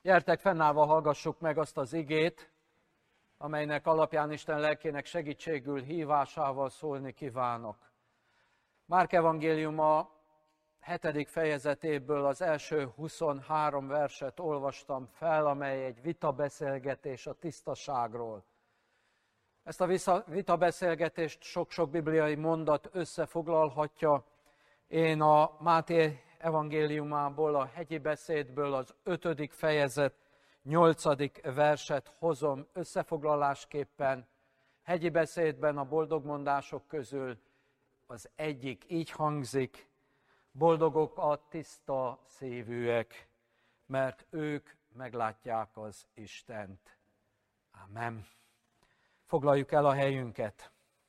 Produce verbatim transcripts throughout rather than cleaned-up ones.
Gyertek, fennállva hallgassuk meg azt az igét, amelynek alapján Isten lelkének segítségül hívásával szólni kívánok. Márk evangéliuma hetedik fejezetéből az első huszonhárom verset olvastam fel, amely egy vitabeszélgetés a tisztaságról. Ezt a vitabeszélgetést sok-sok bibliai mondat összefoglalhatja. Én a Máté evangéliumából, a hegyi beszédből az ötödik fejezet nyolcadik verset hozom összefoglalásképpen. Hegyi beszédben a boldogmondások közül az egyik így hangzik: boldogok a tiszta szívűek, mert ők meglátják az Istent. Amen. Foglaljuk el a helyünket.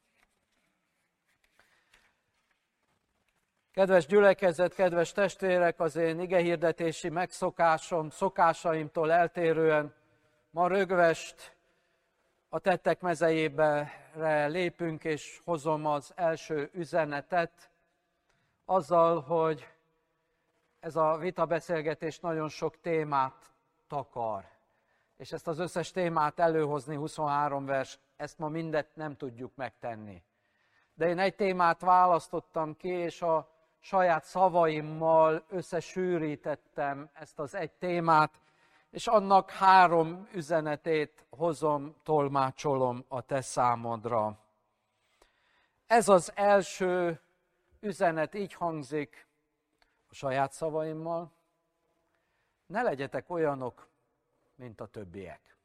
Kedves gyülekezet, kedves testvérek, az én igehirdetési megszokásom, szokásaimtól eltérően ma rögvest a tettek mezejébe lépünk, és hozom az első üzenetet, azzal, hogy ez a vitabeszélgetés nagyon sok témát takar. És ezt az összes témát előhozni, huszonhárom vers, ezt ma mindet nem tudjuk megtenni. De én egy témát választottam ki, és a saját szavaimmal összesűrítettem ezt az egy témát, és annak három üzenetét hozom, tolmácsolom a te számodra. Ez az első üzenet így hangzik a saját szavaimmal: ne legyetek olyanok, mint a többiek.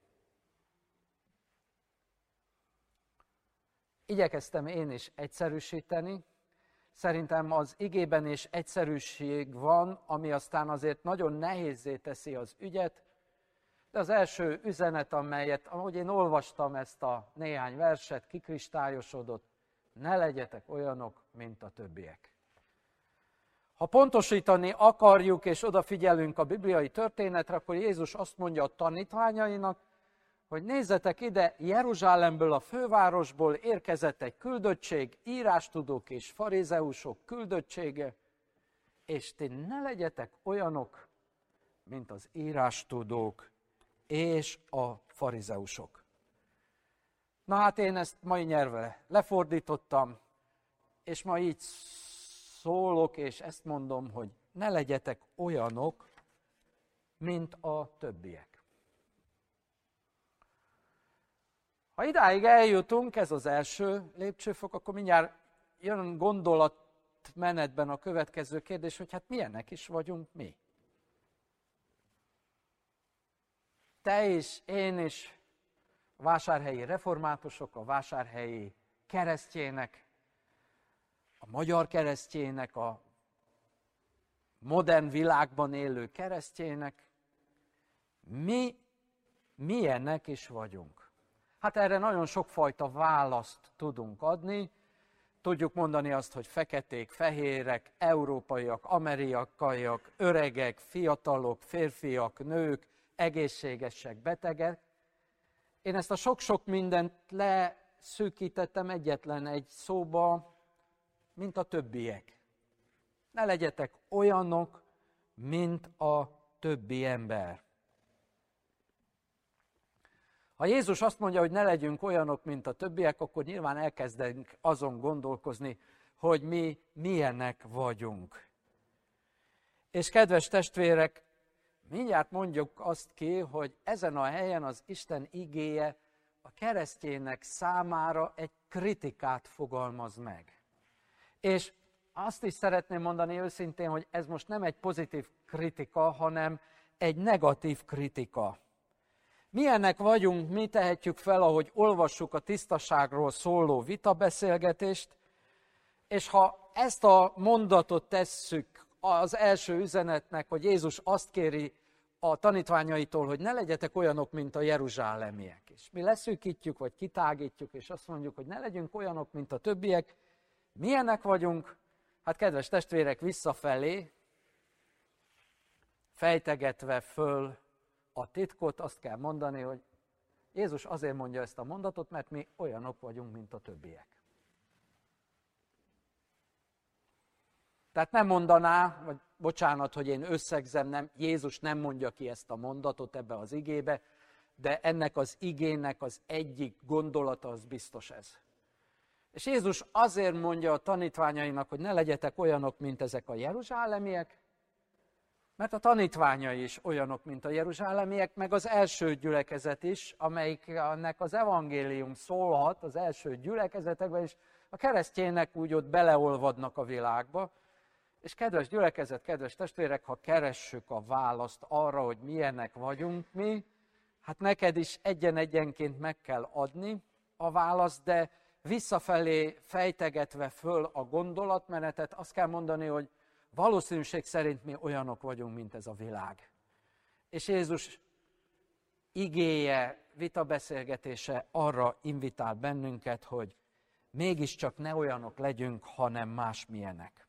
Igyekeztem én is egyszerűsíteni. Szerintem az igében is egyszerűség van, ami aztán azért nagyon nehézzé teszi az ügyet, de az első üzenet, amelyet, ahogy én olvastam ezt a néhány verset, kikristályosodott: ne legyetek olyanok, mint a többiek. Ha pontosítani akarjuk és odafigyelünk a bibliai történetre, akkor Jézus azt mondja a tanítványainak, hogy nézzetek ide, Jeruzsálemből, a fővárosból érkezett egy küldöttség, írástudók és farizeusok küldöttsége, és ti ne legyetek olyanok, mint az írástudók és a farizeusok. Na hát én ezt mai nyelvre lefordítottam, és ma így szólok, és ezt mondom, hogy ne legyetek olyanok, mint a többiek. Ha idáig eljutunk, ez az első lépcsőfok, akkor mindjárt jön gondolatmenetben a következő kérdés, hogy hát milyenek is vagyunk mi. Te is, én is, a vásárhelyi reformátusok, a vásárhelyi keresztjének, a magyar keresztjének, a modern világban élő keresztjének, mi milyenek is vagyunk. Hát erre nagyon sokfajta választ tudunk adni. Tudjuk mondani azt, hogy feketék, fehérek, európaiak, amerikaiak, öregek, fiatalok, férfiak, nők, egészségesek, betegek. Én ezt a sok-sok mindent leszűkítettem egyetlen egy szóba, mint a többiek. Ne legyetek olyanok, mint a többi ember. Ha Jézus azt mondja, hogy ne legyünk olyanok, mint a többiek, akkor nyilván elkezdünk azon gondolkozni, hogy mi milyenek vagyunk. És kedves testvérek, mindjárt mondjuk azt ki, hogy ezen a helyen az Isten igéje a keresztjének számára egy kritikát fogalmaz meg. És azt is szeretném mondani őszintén, hogy ez most nem egy pozitív kritika, hanem egy negatív kritika. Milyennek vagyunk, mi tehetjük fel, ahogy olvassuk a tisztaságról szóló vitabeszélgetést, és ha ezt a mondatot tesszük az első üzenetnek, hogy Jézus azt kéri a tanítványaitól, hogy ne legyetek olyanok, mint a jeruzsálemiek. És mi leszűkítjük, vagy kitágítjuk, és azt mondjuk, hogy ne legyünk olyanok, mint a többiek. Milyenek vagyunk? Hát kedves testvérek, visszafelé, fejtegetve föl a titkot, azt kell mondani, hogy Jézus azért mondja ezt a mondatot, mert mi olyanok vagyunk, mint a többiek. Tehát nem mondaná, vagy bocsánat, hogy én összegzem, nem, Jézus nem mondja ki ezt a mondatot ebbe az igébe, de ennek az igének az egyik gondolata az biztos ez. És Jézus azért mondja a tanítványainak, hogy ne legyetek olyanok, mint ezek a jeruzsálemiek, mert a tanítványai is olyanok, mint a jeruzsálemiek, meg az első gyülekezet is, amelyiknek az evangélium szólhat, az első gyülekezetekben is, a keresztjének úgy ott beleolvadnak a világba. És kedves gyülekezet, kedves testvérek, ha keressük a választ arra, hogy milyenek vagyunk mi, hát neked is egyen-egyenként meg kell adni a választ, de visszafelé fejtegetve föl a gondolatmenetet, azt kell mondani, hogy valószínűség szerint mi olyanok vagyunk, mint ez a világ. És Jézus igéje, vitabeszélgetése arra invitál bennünket, hogy mégiscsak ne olyanok legyünk, hanem másmilyenek.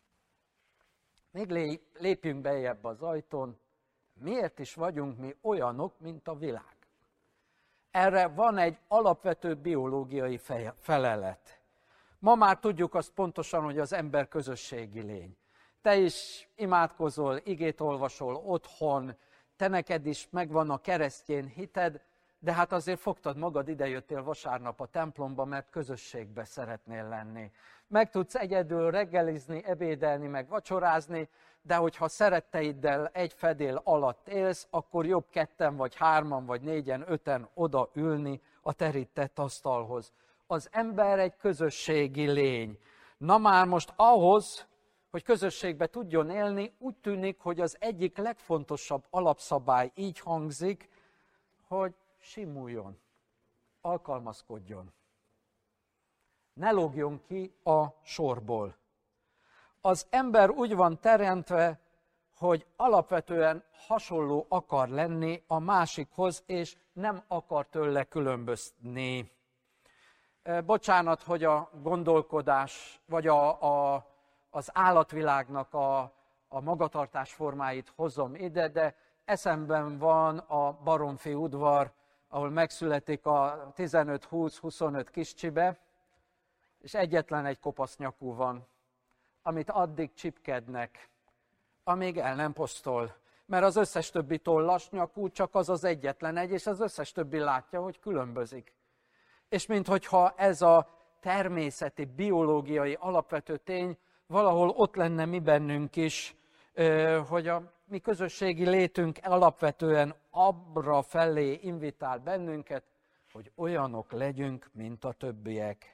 Még lépjünk bejebb az ajtón, miért is vagyunk mi olyanok, mint a világ? Erre van egy alapvető biológiai felelet. Ma már tudjuk azt pontosan, hogy az ember közösségi lény. Te is imádkozol, igét olvasol otthon, te neked is megvan a keresztény hited, de hát azért fogtad magad, idejöttél vasárnap a templomba, mert közösségbe szeretnél lenni. Meg tudsz egyedül reggelizni, ebédelni, meg vacsorázni, de hogyha szeretteiddel egy fedél alatt élsz, akkor jobb ketten, vagy hárman, vagy négyen, öten oda ülni a terített asztalhoz. Az ember egy közösségi lény. Na már most ahhoz, hogy közösségbe tudjon élni, úgy tűnik, hogy az egyik legfontosabb alapszabály így hangzik, hogy simuljon, alkalmazkodjon. Ne lógjon ki a sorból. Az ember úgy van teremtve, hogy alapvetően hasonló akar lenni a másikhoz, és nem akar tőle különbözni. Bocsánat, hogy a gondolkodás, vagy a, a, az állatvilágnak a, a magatartás formáit hozom ide, de eszemben van a Baromfi udvar, ahol megszületik a tizenöt-húsz-huszonöt kiscsibe, és egyetlen egy kopasz nyakú van, amit addig csipkednek, amíg el nem posztol. Mert az összes többi tollas nyakú, csak az az egyetlen egy, és az összes többi látja, hogy különbözik. És minthogyha ez a természeti, biológiai alapvető tény valahol ott lenne mi bennünk is, hogy a mi közösségi létünk alapvetően abra felé invitál bennünket, hogy olyanok legyünk, mint a többiek.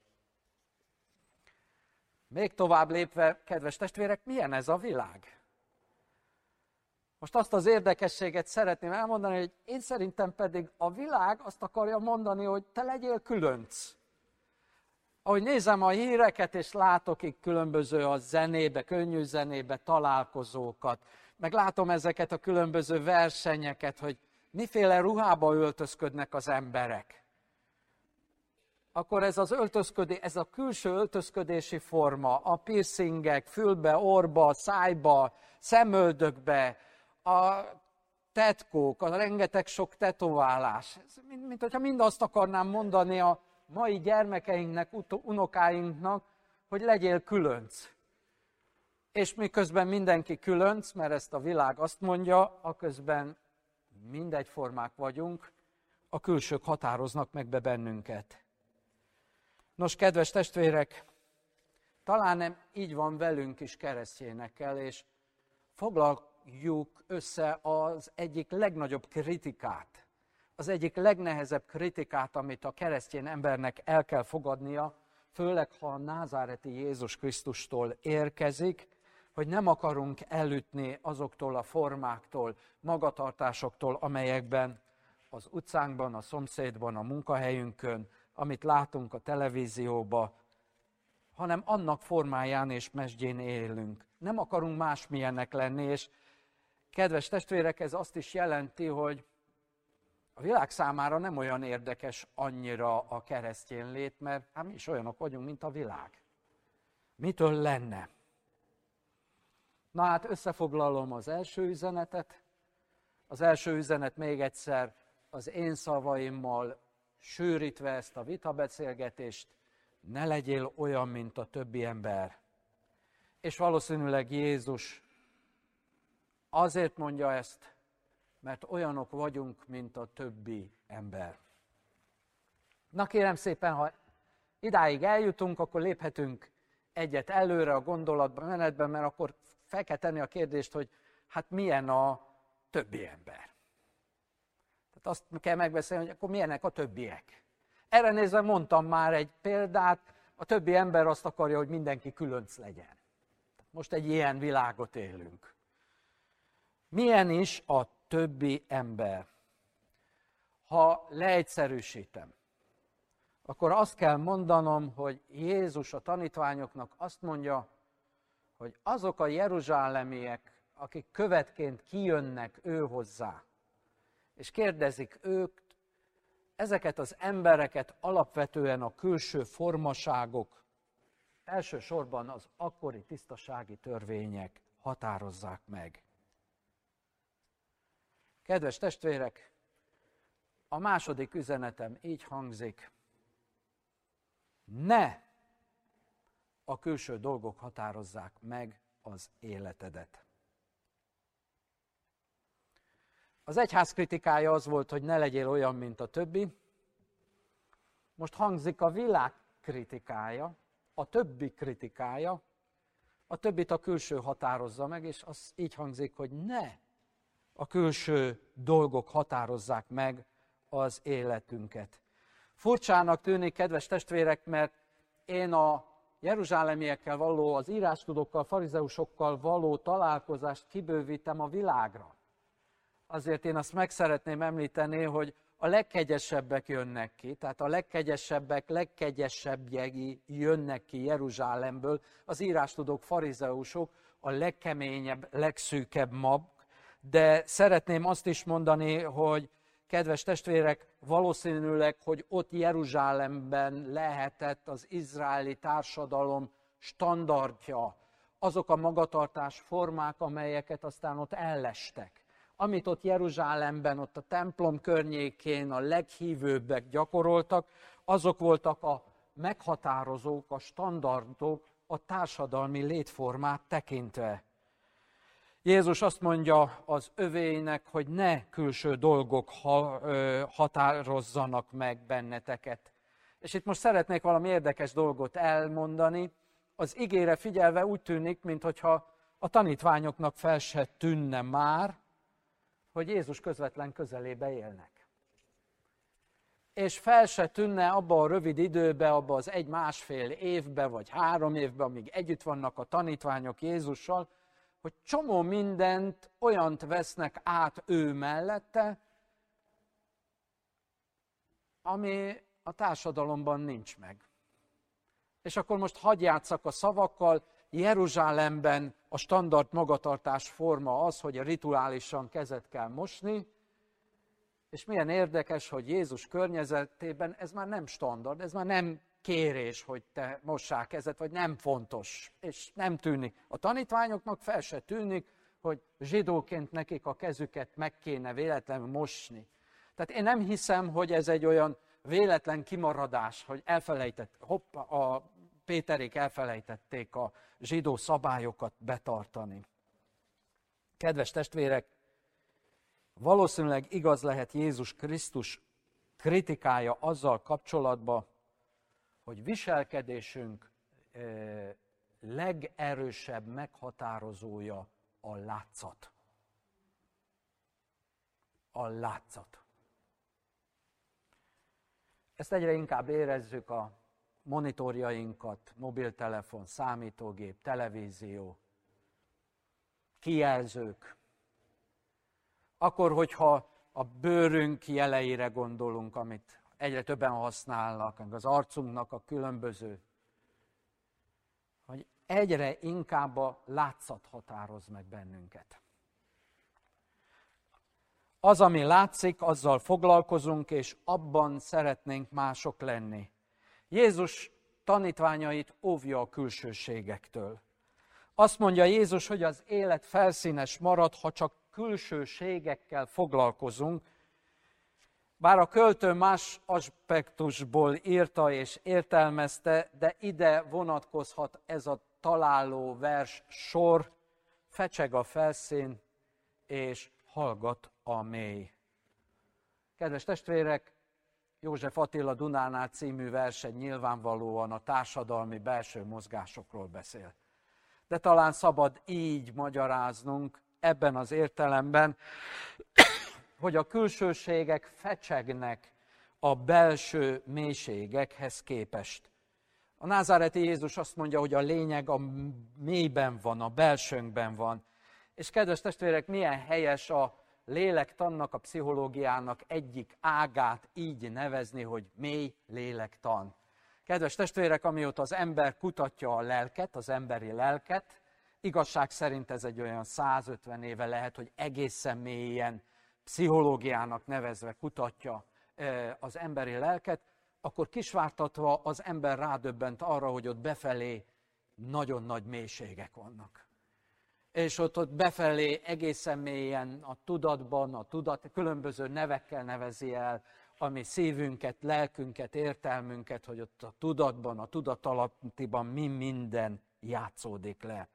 Még tovább lépve, kedves testvérek, milyen ez a világ? Most azt az érdekességet szeretném elmondani, hogy én szerintem pedig a világ azt akarja mondani, hogy te legyél különc. Ahogy nézem a híreket, és látok itt különböző a zenébe, könnyű zenébe találkozókat, meg látom ezeket a különböző versenyeket, hogy miféle ruhába öltözködnek az emberek. Akkor ez az öltözködés, ez a külső öltözködési forma, a piercingek, fülbe, orba, szájba, szemöldökbe, a tetkók, a rengeteg sok tetoválás. Mint, mint hogyha mindazt akarnám mondani a mai gyermekeinknek, unokáinknak, hogy legyél különc. És miközben mindenki különc, mert ezt a világ azt mondja, aközben mindegyformák vagyunk, a külsők határoznak meg be bennünket. Nos, kedves testvérek, talán nem így van velünk is keresztényekkel, és foglaljuk össze az egyik legnagyobb kritikát, az egyik legnehezebb kritikát, amit a keresztény embernek el kell fogadnia, főleg ha a názáreti Jézus Krisztustól érkezik, hogy nem akarunk elütni azoktól a formáktól, magatartásoktól, amelyekben az utcánkban, a szomszédban, a munkahelyünkön, amit látunk a televízióban, hanem annak formáján és mesdjén élünk. Nem akarunk másmilyennek lenni, és kedves testvérek, ez azt is jelenti, hogy a világ számára nem olyan érdekes annyira a keresztény lét, mert hát mi is olyanok vagyunk, mint a világ. Mitől lenne? Na hát összefoglalom az első üzenetet. Az első üzenet még egyszer az én szavaimmal sűrítve ezt a vitabeszélgetést, ne legyél olyan, mint a többi ember. És valószínűleg Jézus azért mondja ezt, mert olyanok vagyunk, mint a többi ember. Na kérem szépen, ha idáig eljutunk, akkor léphetünk egyet előre a gondolatban, menetben, mert akkor fel kell tenni a kérdést, hogy hát milyen a többi ember. Tehát azt kell megbeszélni, hogy akkor milyenek a többiek. Erre nézve mondtam már egy példát, a többi ember azt akarja, hogy mindenki különc legyen. Most egy ilyen világot élünk. Milyen is a többi ember? Ha leegyszerűsítem, akkor azt kell mondanom, hogy Jézus a tanítványoknak azt mondja, hogy azok a jeruzsálemiek, akik követként kijönnek ő hozzá, és kérdezik ők, ezeket az embereket alapvetően a külső formaságok, elsősorban az akkori tisztasági törvények határozzák meg. Kedves testvérek, a második üzenetem így hangzik: ne a külső dolgok határozzák meg az életedet. Az egyház kritikája az volt, hogy ne legyél olyan, mint a többi. Most hangzik a világ kritikája, a többi kritikája, a többit a külső határozza meg, és az így hangzik, hogy ne a külső dolgok határozzák meg az életünket. Furcsának tűnik, kedves testvérek, mert én a jeruzsálemiekkel való, az írástudókkal, farizeusokkal való találkozást kibővítem a világra. Azért én azt meg szeretném említeni, hogy a legkegyesebbek jönnek ki, tehát a legkegyesebbek, legkegyesebbjei jönnek ki Jeruzsálemből, az írástudók, farizeusok, a legkeményebb, legszűkebb mag, de szeretném azt is mondani, hogy kedves testvérek, valószínűleg, hogy ott Jeruzsálemben lehetett az izraeli társadalom standardja, azok a magatartás formák, amelyeket aztán ott ellestek. Amit ott Jeruzsálemben, ott a templom környékén a leghívőbbek gyakoroltak, azok voltak a meghatározók, a standardok a társadalmi létformát tekintve. Jézus azt mondja az övéinek, hogy ne külső dolgok határozzanak meg benneteket. És itt most szeretnék valami érdekes dolgot elmondani. Az igére figyelve úgy tűnik, mintha a tanítványoknak fel se tűnne már, hogy Jézus közvetlen közelébe élnek. És fel se tűnne abba a rövid időbe, abba az egy-másfél évbe, vagy három évbe, amíg együtt vannak a tanítványok Jézussal, hogy csomó mindent olyant vesznek át ő mellette, ami a társadalomban nincs meg. És akkor most hadd játsszak a szavakkal, Jeruzsálemben a standard magatartás forma az, hogy rituálisan kezet kell mosni, és milyen érdekes, hogy Jézus környezetében ez már nem standard, ez már nem kérés, hogy te mossál kezet, vagy nem fontos, és nem tűnik. A tanítványoknak fel se tűnik, hogy zsidóként nekik a kezüket meg kéne véletlenül mosni. Tehát én nem hiszem, hogy ez egy olyan véletlen kimaradás, hogy elfelejtett, hoppá, a Péterék elfelejtették a zsidó szabályokat betartani. Kedves testvérek, valószínűleg igaz lehet Jézus Krisztus kritikája azzal kapcsolatban, hogy viselkedésünk legerősebb meghatározója a látszat. A látszat. Ezt egyre inkább érezzük a monitorjainkat, mobiltelefon, számítógép, televízió, kijelzők. Akkor, hogyha a bőrünk jeleire gondolunk, amit egyre többen használnak, az arcunknak a különböző, hogy egyre inkább a látszat határoz meg bennünket. Az, ami látszik, azzal foglalkozunk, és abban szeretnénk mások lenni. Jézus tanítványait óvja a külsőségektől. Azt mondja Jézus, hogy az élet felszínes marad, ha csak külsőségekkel foglalkozunk, bár a költő más aspektusból írta és értelmezte, de ide vonatkozhat ez a találó vers sor, fecseg a felszín, és hallgat a mély. Kedves testvérek, József Attila Dunánál című verse nyilvánvalóan a társadalmi belső mozgásokról beszél. De talán szabad így magyaráznunk ebben az értelemben, hogy a külsőségek fecsegnek a belső mélységekhez képest. A názáreti Jézus azt mondja, hogy a lényeg a mélyben van, a belsőnkben van. És kedves testvérek, milyen helyes a lélektannak, a pszichológiának egyik ágát így nevezni, hogy mély lélektan. Kedves testvérek, amióta az ember kutatja a lelket, az emberi lelket, igazság szerint ez egy olyan százötven éve lehet, hogy egészen mélyen pszichológiának nevezve kutatja az emberi lelket, akkor kisvártatva az ember rádöbbent arra, hogy ott befelé nagyon nagy mélységek vannak. És ott, ott befelé egészen mélyen a tudatban, a tudat különböző nevekkel nevezi el, ami szívünket, lelkünket, értelmünket, hogy ott a tudatban, a tudatalattiban mi minden játszódik le.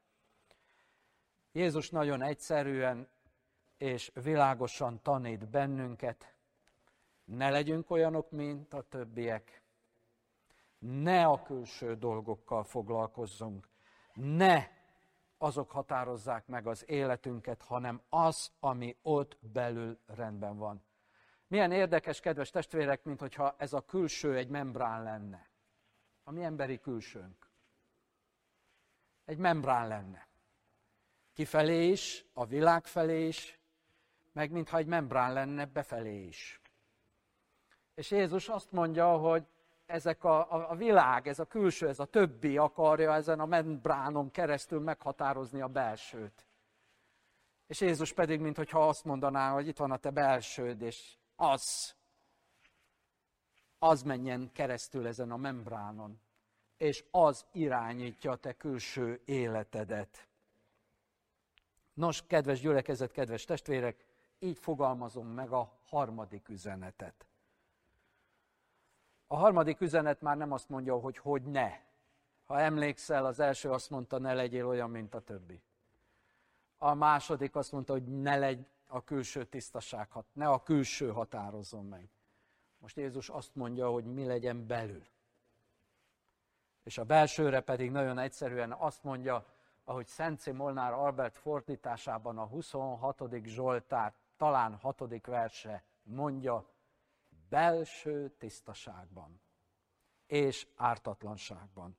Jézus nagyon egyszerűen és világosan tanít bennünket, ne legyünk olyanok, mint a többiek, ne a külső dolgokkal foglalkozzunk, ne azok határozzák meg az életünket, hanem az, ami ott belül rendben van. Milyen érdekes, kedves testvérek, mint hogyha ez a külső egy membrán lenne. A mi emberi külsőnk. Egy membrán lenne. Kifelé is, a világ felé is, meg mintha egy membrán lenne befelé is. És Jézus azt mondja, hogy ezek a, a, a világ, ez a külső, ez a többi akarja ezen a membránon keresztül meghatározni a belsőt. És Jézus pedig, mintha azt mondaná, hogy itt van a te belsőd, és az, az menjen keresztül ezen a membránon, és az irányítja a te külső életedet. Nos, kedves gyülekezet, kedves testvérek, így fogalmazom meg a harmadik üzenetet. A harmadik üzenet már nem azt mondja, hogy hogy ne. Ha emlékszel, az első azt mondta, ne legyél olyan, mint a többi. A második azt mondta, hogy ne legy a külső tisztaság, ne a külső határozzon meg. Most Jézus azt mondja, hogy mi legyen belül. És a belsőre pedig nagyon egyszerűen azt mondja, ahogy Szentsy Molnár Albert fordításában a huszonhatodik Zsoltár, talán hatodik verse mondja, belső tisztaságban és ártatlanságban.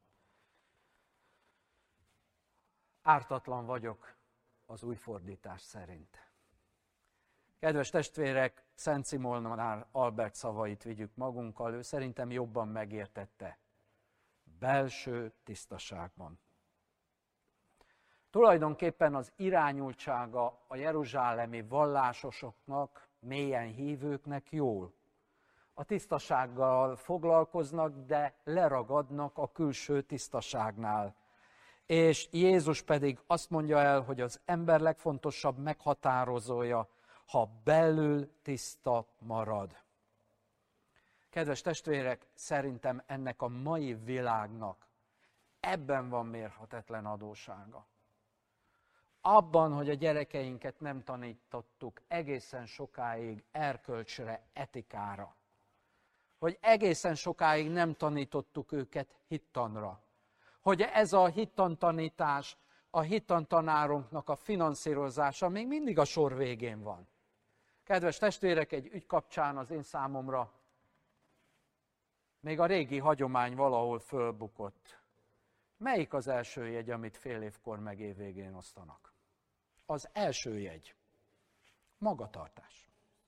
Ártatlan vagyok az új fordítás szerint. Kedves testvérek, Szentsy Molnár Albert szavait vigyük magunkkal, ő szerintem jobban megértette. Belső tisztaságban. Tulajdonképpen az irányultsága a jeruzsálemi vallásosoknak, mélyen hívőknek jól. A tisztasággal foglalkoznak, de leragadnak a külső tisztaságnál. És Jézus pedig azt mondja el, hogy az ember legfontosabb meghatározója, ha belül tiszta marad. Kedves testvérek, szerintem ennek a mai világnak ebben van mérhetetlen adóssága. Abban, hogy a gyerekeinket nem tanítottuk egészen sokáig erkölcsre, etikára. Hogy egészen sokáig nem tanítottuk őket hittanra. Hogy ez a hittantanítás, a hittantanárunknak a finanszírozása még mindig a sor végén van. Kedves testvérek, egy ügy kapcsán az én számomra még a régi hagyomány valahol fölbukott. Melyik az első jegy, amit fél évkor meg év végén osztanak? Az első jegy. Magatartás.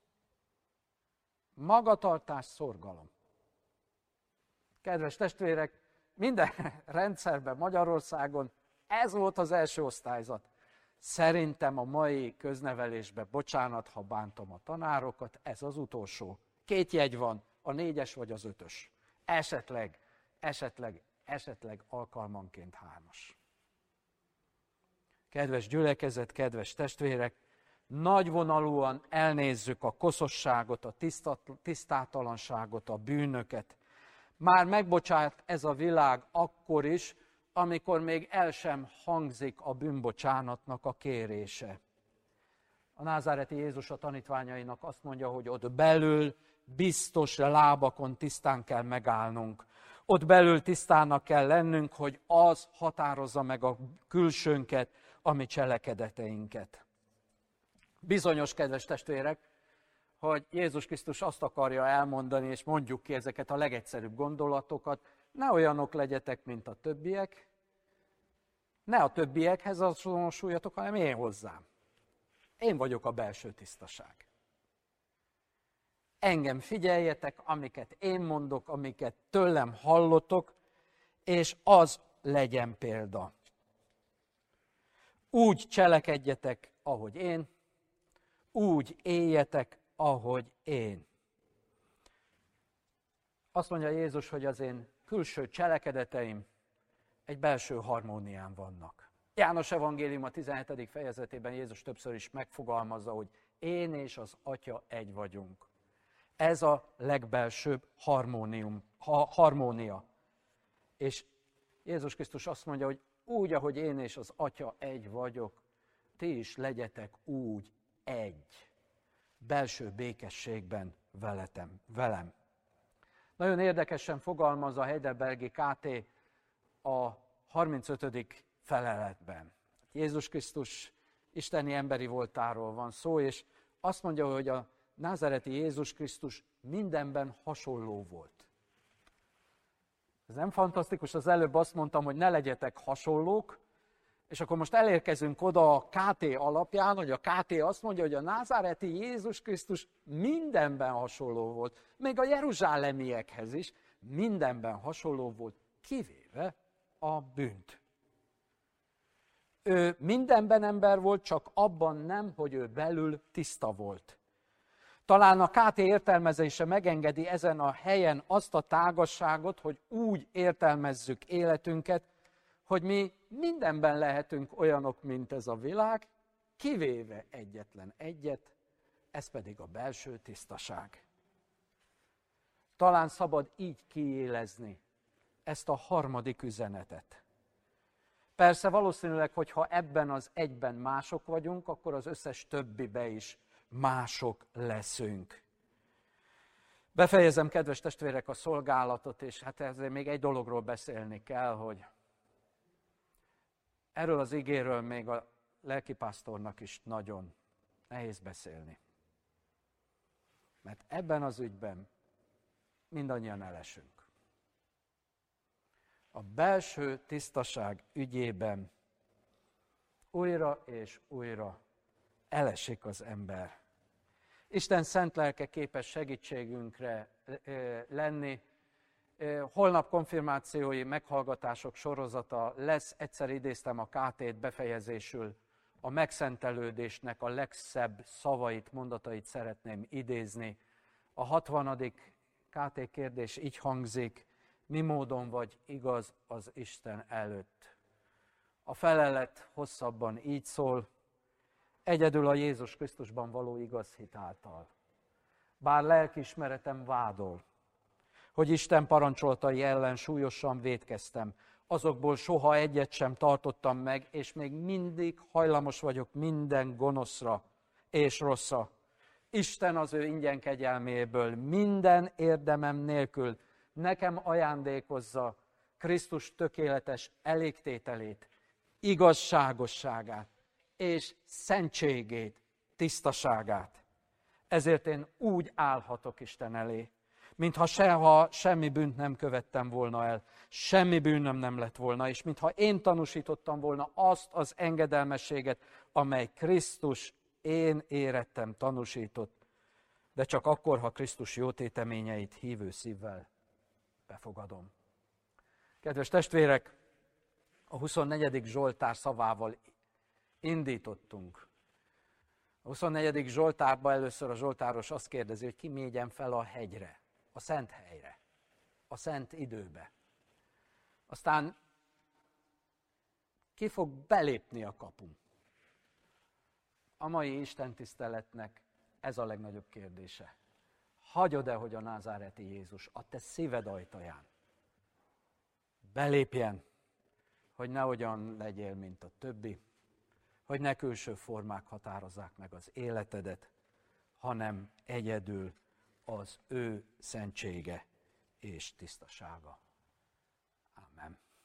Magatartás, szorgalom. Kedves testvérek, minden rendszerben Magyarországon ez volt az első osztályzat. Szerintem a mai köznevelésben, bocsánat, ha bántom a tanárokat, ez az utolsó. Két jegy van, a négyes vagy az ötös. Esetleg, esetleg, esetleg alkalmanként hármas. Kedves gyülekezet, kedves testvérek, nagyvonalúan elnézzük a koszosságot, a tisztátalanságot, a bűnöket. Már megbocsát ez a világ akkor is, amikor még el sem hangzik a bűnbocsánatnak a kérése. A názáreti Jézus a tanítványainak azt mondja, hogy ott belül biztos lábakon tisztán kell megállnunk. Ott belül tisztának kell lennünk, hogy az határozza meg a külsőnket, a mi cselekedeteinket. Bizonyos, kedves testvérek, hogy Jézus Krisztus azt akarja elmondani, és mondjuk ki ezeket a legegyszerűbb gondolatokat, ne olyanok legyetek, mint a többiek, ne a többiekhez azonosuljatok, hanem én hozzám. Én vagyok a belső tisztaság. Engem figyeljetek, amiket én mondok, amiket tőlem hallotok, és az legyen példa. Úgy cselekedjetek, ahogy én, úgy éljetek, ahogy én. Azt mondja Jézus, hogy az én külső cselekedeteim egy belső harmónián vannak. János evangélium a tizenhetedik fejezetében Jézus többször is megfogalmazza, hogy én és az Atya egy vagyunk. Ez a legbelsőbb harmónium, ha, harmónia. És Jézus Krisztus azt mondja, hogy úgy, ahogy én és az Atya egy vagyok, ti is legyetek úgy egy. Belső békességben veletem, velem. Nagyon érdekesen fogalmaz a Heidelbergi ká té a harmincötödik feleletben. Jézus Krisztus isteni emberi voltáról van szó, és azt mondja, hogy a názáreti Jézus Krisztus mindenben hasonló volt. Ez nem fantasztikus? Az előbb azt mondtam, hogy ne legyetek hasonlók, és akkor most elérkezünk oda a ká té alapján, hogy a ká té azt mondja, hogy a názáreti Jézus Krisztus mindenben hasonló volt. Még a jeruzsálemiekhez is mindenben hasonló volt, kivéve a bűnt. Ő mindenben ember volt, csak abban nem, hogy ő belül tiszta volt. Talán a ká té értelmezése megengedi ezen a helyen azt a tágasságot, hogy úgy értelmezzük életünket, hogy mi mindenben lehetünk olyanok, mint ez a világ, kivéve egyetlen egyet, ez pedig a belső tisztaság. Talán szabad így kiélezni ezt a harmadik üzenetet. Persze valószínűleg, hogyha ebben az egyben mások vagyunk, akkor az összes többibe is mások leszünk. Befejezem, kedves testvérek, a szolgálatot, és hát ezért még egy dologról beszélni kell, hogy erről az igéről még a lelkipásztornak is nagyon nehéz beszélni. Mert ebben az ügyben mindannyian elesünk. A belső tisztaság ügyében újra és újra elesik az ember. Isten szent lelke képes segítségünkre lenni. Holnap konfirmációi meghallgatások sorozata lesz, egyszer idéztem a ká tét befejezésül, a megszentelődésnek a legszebb szavait, mondatait szeretném idézni. A hatvanadik ká té kérdés így hangzik: mi módon vagy igaz az Isten előtt? A felelet hosszabban így szól: egyedül a Jézus Krisztusban való igaz hit által. Bár lelkiismeretem vádol, hogy Isten parancsoltai ellen súlyosan vétkeztem, azokból soha egyet sem tartottam meg, és még mindig hajlamos vagyok minden gonoszra és rosszra. Isten az ő ingyen kegyelméből minden érdemem nélkül nekem ajándékozza Krisztus tökéletes elégtételét, igazságosságát és szentségét, tisztaságát. Ezért én úgy állhatok Isten elé, mintha seha semmi bűnt nem követtem volna el, semmi bűnöm nem lett volna, és mintha én tanúsítottam volna azt az engedelmességet, amely Krisztus én érettem tanúsított, de csak akkor, ha Krisztus jótéteményeit hívő szívvel befogadom. Kedves testvérek, a huszonnegyedik Zsoltár szavával indítottunk. A huszonnegyedik Zsoltárban először a zsoltáros azt kérdezi, hogy ki mégyen fel a hegyre, a szent helyre, a szent időbe. Aztán ki fog belépni a kapun? A mai istentiszteletnek ez a legnagyobb kérdése. Hagyod-e, hogy a názáreti Jézus a te szíved ajtaján belépjen, hogy nehogyan legyél, mint a többi, hogy ne külső formák határozzák meg az életedet, hanem egyedül az ő szentsége és tisztasága. Amen.